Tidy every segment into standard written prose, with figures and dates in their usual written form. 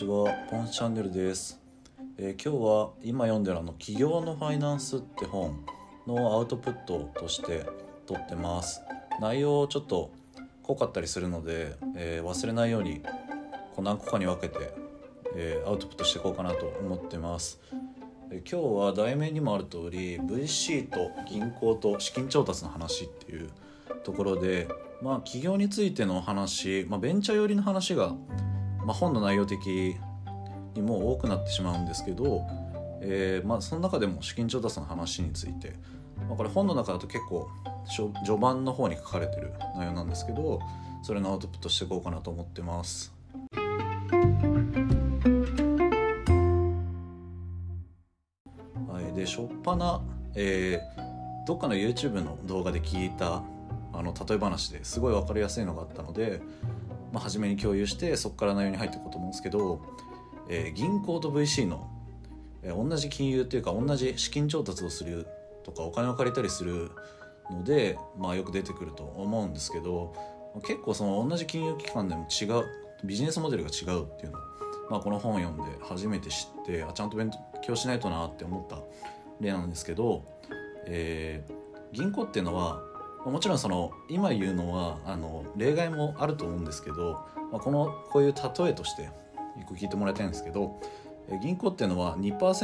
ちは、ポンチャンネルです。今日は今読んでる起業のファイナンスって本のアウトプットとして撮ってます。内容ちょっと濃かったりするので、忘れないように何個かに分けて、アウトプットしていこうかなと思ってます。今日は題名にもある通り VC と銀行と資金調達の話っていうところで、起業についての話、ベンチャー寄りの話が、本の内容的にも多くなってしまうんですけど、その中でも資金調達の話について、これ本の中だと結構序盤の方に書かれてる内容なんですけど、それのアウトプットしていこうかなと思ってます。で初っ端、どっかの YouTube の動画で聞いた例え話ですごい分かりやすいのがあったので、初めに共有してそこから内容に入っていこうと思うんですけど、銀行と VC の、同じ金融というか同じ資金調達をするとかお金を借りたりするので、よく出てくると思うんですけど、結構その同じ金融機関でも違うビジネスモデルが違うっていうのを、この本を読んで初めて知って、ちゃんと勉強しないとなって思った例なんですけど、銀行っていうのはもちろん今言うのは例外もあると思うんですけど、こういう例えとして一個聞いてもらいたいんですけど、銀行っていうのは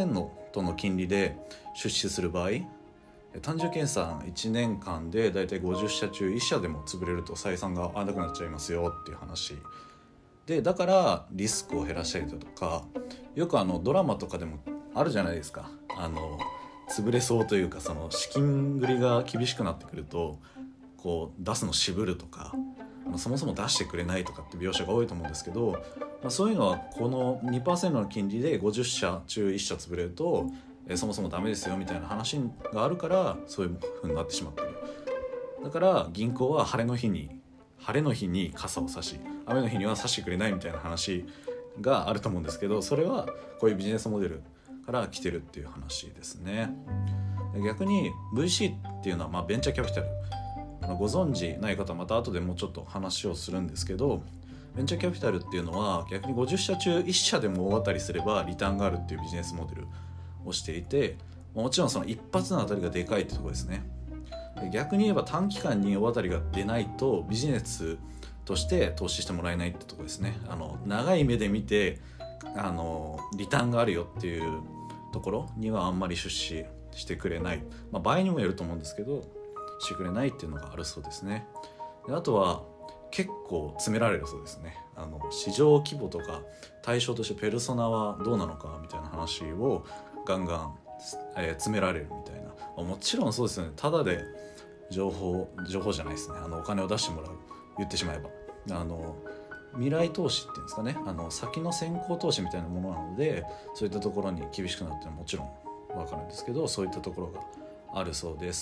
2% の金利で出資する場合、単純計算1年間でだいたい50社中1社でも潰れると採算が合わなくなっちゃいますよっていう話で、だからリスクを減らしたりだとか、よくドラマとかでもあるじゃないですか。潰れそうというか、その資金繰りが厳しくなってくると出すの渋るとか、そもそも出してくれないとかって描写が多いと思うんですけど、そういうのはこの 2% の金利で50社中1社潰れると、そもそもダメですよみたいな話があるから、そういう風になってしまってる。だから銀行は晴れの日に傘を差し、雨の日には差してくれないみたいな話があると思うんですけど、それはこういうビジネスモデルから来てるっていう話ですね。逆に VC っていうのはベンチャーキャピタル、ご存知ない方はまた後でもうちょっと話をするんですけど、ベンチャーキャピタルっていうのは逆に50社中1社でも大当たりすればリターンがあるっていうビジネスモデルをしていて、もちろんその一発の当たりがでかいってところですね。逆に言えば短期間に大当たりが出ないとビジネスとして投資してもらえないってところですね。長い目で見てリターンがあるよっていうところにはあんまり出資してくれない、場合にもよると思うんですけどしてくれないっていうのがあるそうですね。であとは結構詰められるそうですね。市場規模とか対象としてペルソナはどうなのかみたいな話をガンガン、詰められるみたいな、もちろんそうですよね。ただで情報じゃないですね。お金を出してもらう、言ってしまえば未来投資っていうんですかね、先の先行投資みたいなものなので、そういったところに厳しくなってるのはもちろん分かるんですけど、そういったところがあるそうです。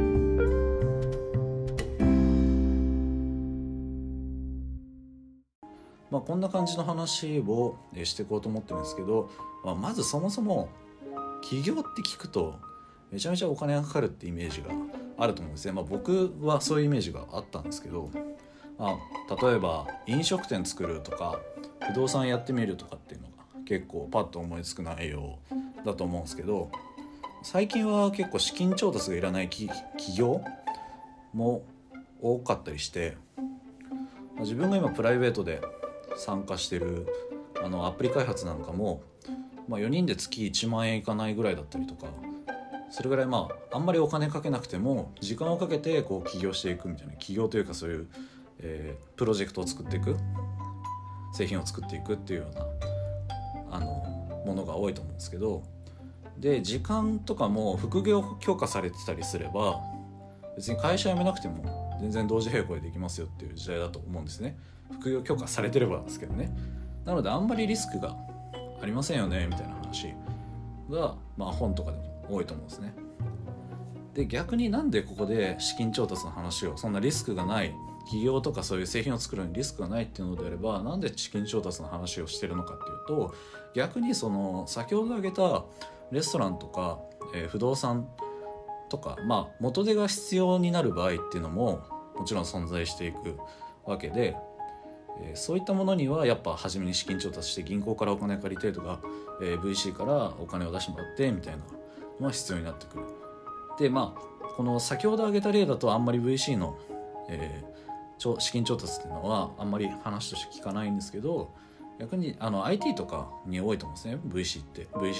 こんな感じの話をしていこうと思ってるんですけど、まずそもそも起業って聞くとめちゃめちゃお金がかかるってイメージがあると思うんですね。僕はそういうイメージがあったんですけど、例えば飲食店作るとか不動産やってみるとかっていうのが結構パッと思いつく内容だと思うんですけど、最近は結構資金調達がいらない起業も多かったりして、自分が今プライベートで参加してるアプリ開発なんかも、4人で月1万円いかないぐらいだったりとか、それぐらいあんまりお金かけなくても時間をかけて起業していくみたいな、起業というかそういう、プロジェクトを作っていく、製品を作っていくっていうようなものが多いと思うんですけど、で時間とかも副業許可されてたりすれば別に会社辞めなくても全然同時並行でできますよっていう時代だと思うんですね。副業許可されてればですけどね。なのであんまりリスクがありませんよねみたいな話が、本とかでも多いと思うんですね。で逆になんでここで資金調達の話を、そんなリスクがない企業とかそういう製品を作るのにリスクがないっていうのであれば、なんで資金調達の話をしてるのかっていうと、逆に先ほど挙げたレストランとか、不動産とか、元手が必要になる場合っていうのももちろん存在していくわけで、 そういったものにはやっぱ初めに資金調達して銀行からお金借りてとか、VC からお金を出してもらってみたいなのは必要になってくる。でこの先ほど挙げた例だとあんまり VC の、資金調達っていうのはあんまり話として聞かないんですけど、逆にIT とかに多いと思うんですね。 VC って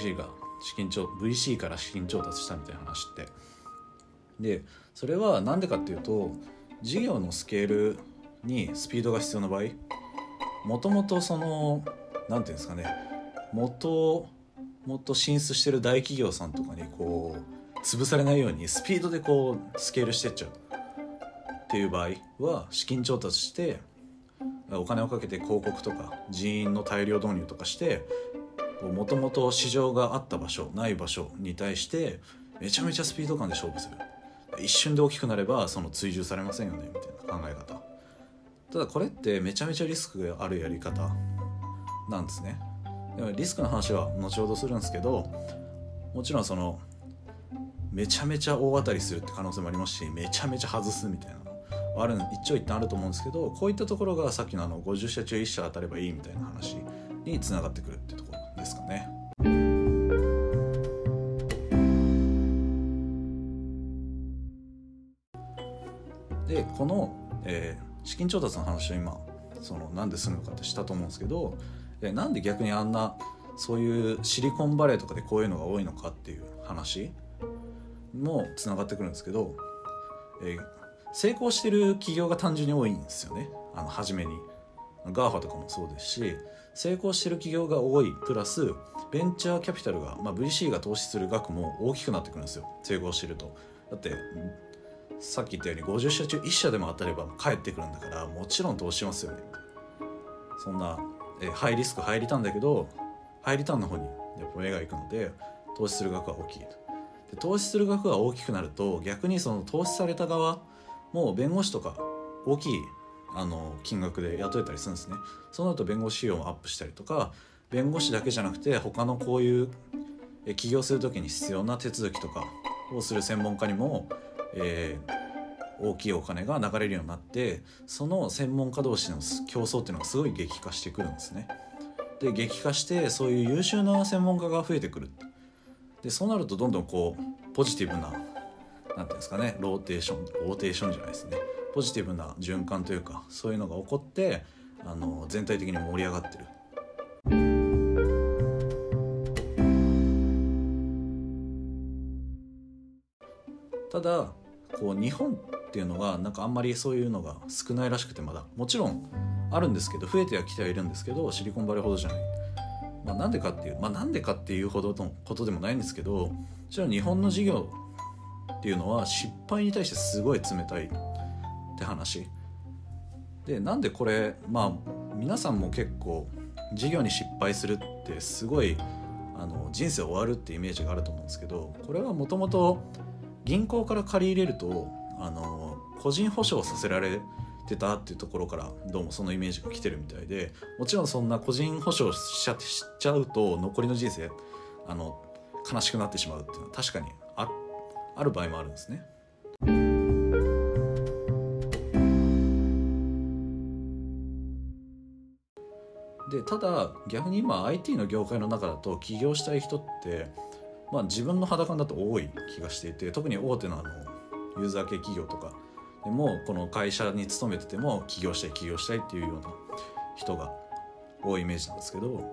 VC から資金調達したみたいな話って。でそれはなんでかっていうと、事業のスケールにスピードが必要な場合、もともとそのなんていうんですかね、もっと進出してる大企業さんとかにこう潰されないようにスピードでこうスケールしてっちゃうっていう場合は、資金調達してお金をかけて広告とか人員の大量導入とかして、もともと市場があった場所ない場所に対してめちゃめちゃスピード感で勝負する。一瞬で大きくなればその追従されませんよねみたいな考え方。ただこれってめちゃめちゃリスクがあるやり方なんですね。でもリスクの話は後ほどするんですけど、もちろんそのめちゃめちゃ大当たりするって可能性もありますし、めちゃめちゃ外すみたいなのある、一長一短あると思うんですけど、こういったところがさっきの50社中1社当たればいいみたいな話につながってくるってところですかね。でこの、資金調達の話を今なんでするのかってしたと思うんですけど、なんで逆にあんなそういうシリコンバレーとかでこういうのが多いのかっていう話もつながってくるんですけど、成功してる企業が単純に多いんですよね。初めに GAFA とかもそうですし、成功してる企業が多いプラスベンチャーキャピタルが、VC が投資する額も大きくなってくるんですよ、成功してると。だってさっき言ったように50社中1社でも当たれば返ってくるんだから、もちろん投資しますよね。そんな、ハイリスクハイリターンだけどハイリターンの方にやっぱ目がいくので、投資する額は大きいと。で投資する額が大きくなると、逆にその投資された側も弁護士とか大きい金額で雇えたりするんですね。そうなると弁護士費用もアップしたりとか、弁護士だけじゃなくて他のこういう起業する時に必要な手続きとかをする専門家にも、大きいお金が流れるようになって、その専門家同士の競争っていうのがすごい激化してくるんですね。で激化してそういう優秀な専門家が増えてくる。でそうなるとどんどんこうポジティブな、なんていうんですかね、ローテーションじゃないですね、ポジティブな循環というか、そういうのが起こって全体的に盛り上がってる。ただこう日本っていうのがなんかあんまりそういうのが少ないらしくて、まだもちろんあるんですけど、増えてはきてはいるんですけど、シリコンバレーほどじゃない。なんでかっていうほどのことでもないんですけど、もちろん日本の事業っていうのは失敗に対してすごい冷たいって話で、なんでこれ皆さんも結構事業に失敗するってすごい人生終わるってイメージがあると思うんですけど、これはもともと銀行から借り入れると個人保証させられてたっていうところからどうもそのイメージが来てるみたいで、もちろんそんな個人保証しちゃうと残りの人生悲しくなってしまうっていうのは確かにある場合もあるんですね。でただ逆に今 IT の業界の中だと起業したい人って自分の肌感だと多い気がしていて、特に大手のユーザー系企業とかでもこの会社に勤めてても起業したいっていうような人が多いイメージなんですけど、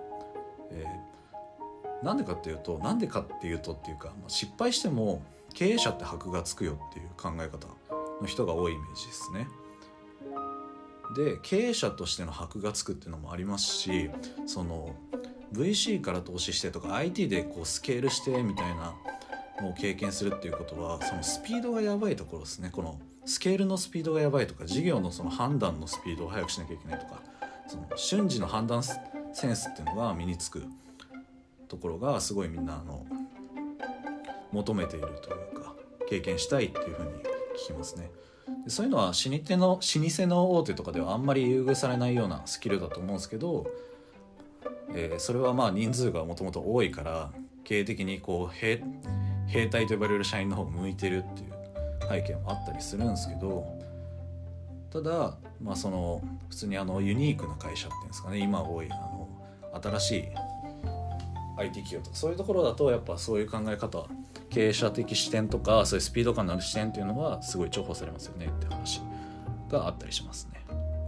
なんでかっていうとっていうか、失敗しても経営者って箔がつくよっていう考え方の人が多いイメージですね。で経営者としての箔がつくっていうのもありますし、VC から投資してとか IT でこうスケールしてみたいなのを経験するっていうことは、そのスピードがやばいところですね。このスケールのスピードがやばいとか、事業のその判断のスピードを速くしなきゃいけないとか、その瞬時の判断センスっていうのが身につくところがすごいみんな求めているというか、経験したいっていうふうに聞きますね。でそういうのは老舗の大手とかではあんまり優遇されないようなスキルだと思うんですけど、それは人数がもともと多いから経営的にこう兵隊と呼ばれる社員の方が向いてるっていう背景もあったりするんですけど、 ただ、その普通にユニークな会社っていうんですかね、今多い新しい IT 企業とかそういうところだとやっぱそういう考え方、経営者的視点とかそういうスピード感のある視点っていうのはすごい重宝されますよねって話があったりしますね。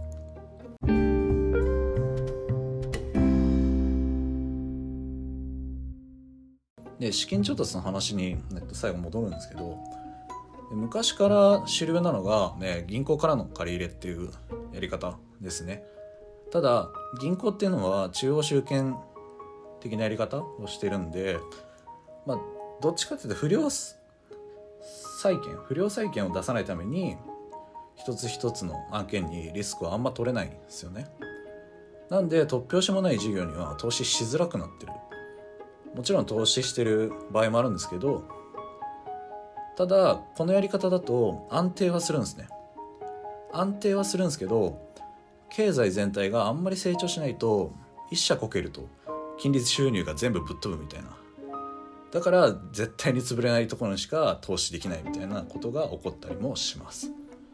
で資金調達の話に最後戻るんですけど、昔から主流なのが、銀行からの借り入れっていうやり方ですね。ただ銀行っていうのは中央集権的なやり方をしてるんで、どっちかっていうと不良債権を出さないために一つ一つの案件にリスクはあんま取れないんですよね。なんで突拍子もない事業には投資しづらくなってる。もちろん投資してる場合もあるんですけど、ただこのやり方だと安定はするんですね。安定はするんですけど、経済全体があんまり成長しないと一社こけると金利収入が全部ぶっ飛ぶみたいな、だから絶対に潰れないところにしか投資できないみたいなことが起こったりもします。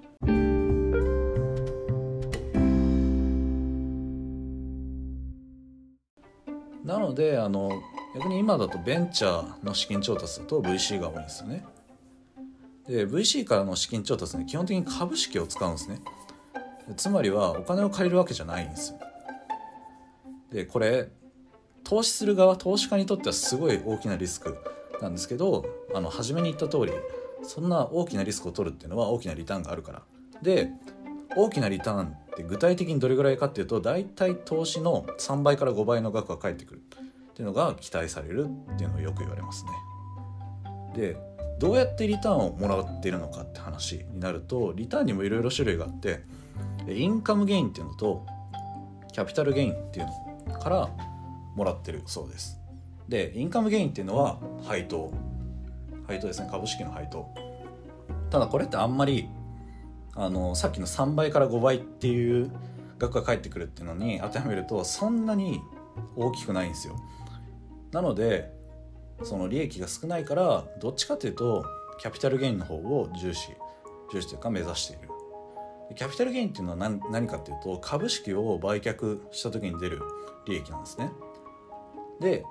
なので逆に今だとベンチャーの資金調達だと VC が多いんですよね。で VC からの資金調達に基本的に株式を使うんですね。つまりはお金を借りるわけじゃないんですよ。でこれ投資する側、投資家にとってはすごい大きなリスクなんですけど、初めに言った通りそんな大きなリスクを取るっていうのは大きなリターンがあるからで、大きなリターンって具体的にどれぐらいかっていうと、だいたい投資の3倍から5倍の額が返ってくるっていうのが期待されるっていうのをよく言われますね。でどうやってリターンをもらっているのかって話になると、リターンにもいろいろ種類があって、インカムゲインっていうのとキャピタルゲインっていうのからもらってるそうです。でインカムゲインっていうのは配当ですね、株式の配当。ただこれってあんまりさっきの3倍から5倍っていう額が返ってくるっていうのに当てはめるとそんなに大きくないんですよ。なのでその利益が少ないから、どっちかというとキャピタルゲインの方を重視というか目指している。キャピタルゲインっていうのは何かっていうと、株式を売却した時に出る利益なんですね。で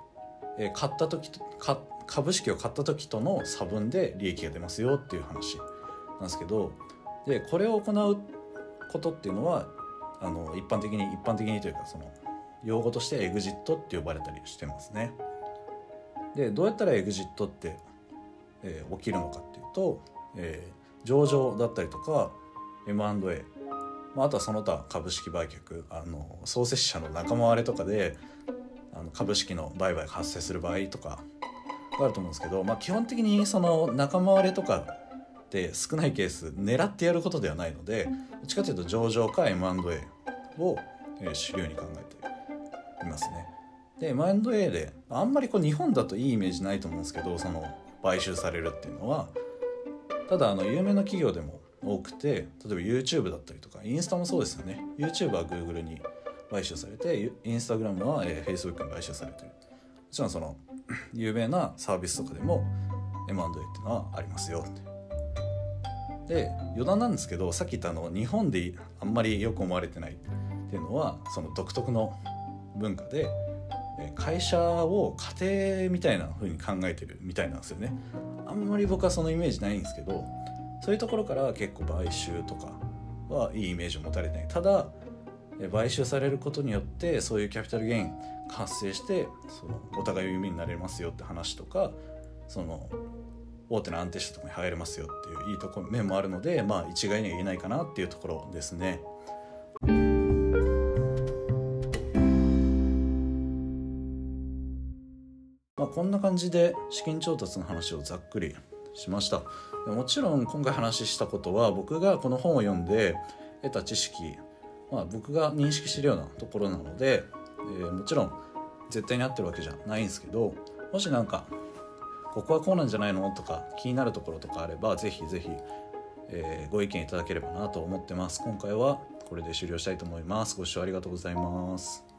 株式を買った時との差分で利益が出ますよっていう話なんですけど、でこれを行うことっていうのは一般的にというか、その用語としてエグジットって呼ばれたりしてますね。でどうやったらエグジットって、起きるのかっていうと、上場だったりとか M&A、あとはその他株式売却、創設者の仲間割れとかで株式の売買が発生する場合とかがあると思うんですけど、基本的にその仲間割れとかって少ないケース狙ってやることではないので、どっちかというと上場か M&A を主流に考えていますね。で M&A であんまり日本だといいイメージないと思うんですけど、その買収されるっていうのは、ただ有名な企業でも多くて、例えば YouTube だったりとかインスタもそうですよね。 YouTube は Google に買収されて、インスタグラムは Facebook に買収されている。もちろんその有名なサービスとかでも M&A っていうのはありますよって。で余談なんですけど、さっき言った日本であんまりよく思われてないっていうのは、その独特の文化で会社を家庭みたいな風に考えてるみたいなんですよね。あんまり僕はそのイメージないんですけど、そういうところから結構買収とかはいいイメージを持たれてない。ただ買収されることによってそういうキャピタルゲインが発生して、そのお互い夢になれますよって話とか、その大手の安定したところに入れますよっていういいところ面もあるので、一概には言えないかなっていうところですね。こんな感じで資金調達の話をざっくりしました。もちろん今回話したことは僕がこの本を読んで得た知識、僕が認識しているようなところなので、もちろん絶対に合ってるわけじゃないんですけど、もしなんかここはこうなんじゃないのとか気になるところとかあればぜひぜひ、ご意見いただければなと思ってます。今回はこれで終了したいと思います。ご視聴ありがとうございます。